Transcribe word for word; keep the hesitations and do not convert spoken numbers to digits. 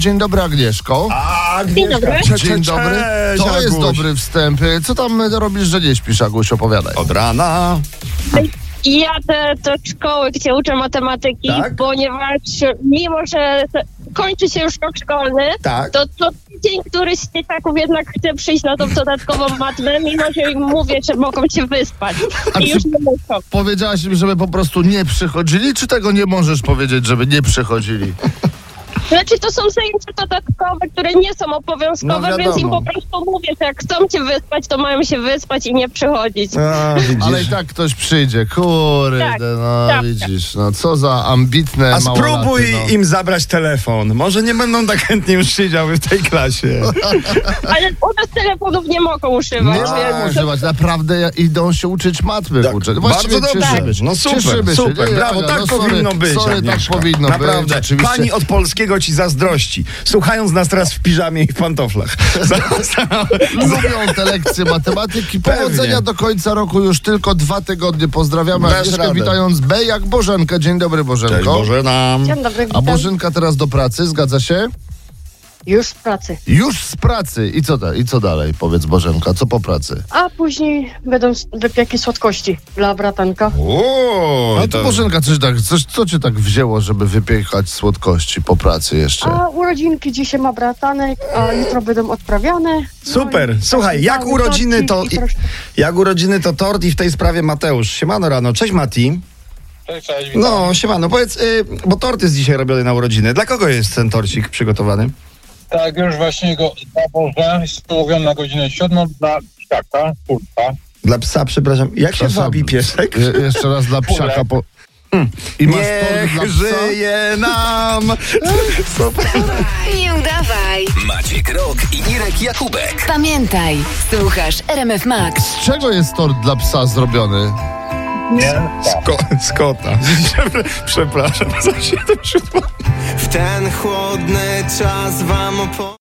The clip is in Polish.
Dzień dobry, Agnieszko. A, Agnieszka. Dzień dobry. Cze- cze- Dzień dobry. cześć, To jest Aguś. dobry wstęp. Co tam robisz, że nie śpisz, Aguś? Opowiadaj. Od rana. Jadę do szkoły, gdzie uczę matematyki, Tak? ponieważ mimo, że kończy się już rok szkolny, Tak. to co tydzień któryś z dzieciaków jednak chce przyjść na tą dodatkową matmę, mimo że im mówię, że mogą się wyspać. A I czy- już nie muszą. Powiedziałaś im, żeby po prostu nie przychodzili, czy tego nie możesz powiedzieć, żeby nie przychodzili? Znaczy to są zajęcia dodatkowe, które nie są obowiązkowe, No więc im wiadomo. po prostu mówię, że jak chcą się wyspać, to mają się wyspać i nie przychodzić. A, widzisz. Ale i tak ktoś przyjdzie. Kurde, Tak, no tak. widzisz, no co za ambitne A spróbuj małolaty, no. im zabrać telefon. Może nie będą tak chętnie już siedziały w tej klasie. Ale u nas telefonów nie mogą używać. Nie więc- mogą używać, naprawdę idą się uczyć matmy. Tak, kurczę. bardzo Właściwie dobrze. cieszymy się. No super, Cieszymy super, się. Nie, brawo, Aga, tak no sorry, powinno być, Sorry, tak Agnieszka. powinno Naprawdę. być. Oczywiście. Pani od polskiego ci zazdrości, słuchając nas teraz w piżamie i w pantoflach. Lubią te lekcje matematyki. Powodzenia Pewnie. do końca roku, już tylko dwa tygodnie. Pozdrawiamy Dasz Agnieszkę, radę. witając B jak Bożenkę. Dzień dobry, Bożenko. Cześć Bożena. Dzień dobry, A witam. Bożenka teraz do pracy, zgadza się? Już w pracy. Już z pracy. I co, da, I co dalej, powiedz Bożenka, co po pracy? A później będą s- wypieki słodkości dla bratanka. O, A to Bożenka, coś tak, coś, co cię tak wzięło, żeby wypiekać słodkości po pracy jeszcze? A urodzinki dzisiaj ma bratanek, a jutro będą odprawiane. No Super. i Słuchaj, taki jak mały urodziny to- torcik i troszkę- Jak urodziny to tort i w tej sprawie Mateusz. Siemano rano. Cześć Mati. Cześć, cześć, witam. No, siemano. Powiedz, y, bo tort jest dzisiaj robiony na urodziny. Dla kogo jest ten torcik przygotowany? Tak, już właśnie go założę. Jest umówiony na godzinę siódmą dla psiaka, kurwa. Dla psa, przepraszam. Jak się Przepraszam. wabi piesek? Je, jeszcze raz dla psiaka. Po... I masz tort dla Niech psa? żyje nam! Super. Nie udawaj. Maciek Rok i Irek Jakubek. Pamiętaj, słuchasz R M F Max. Z czego jest tort dla psa zrobiony? Nie? Ko- z kota. Przepraszam za się to W ten chłodny czas wam opowiem.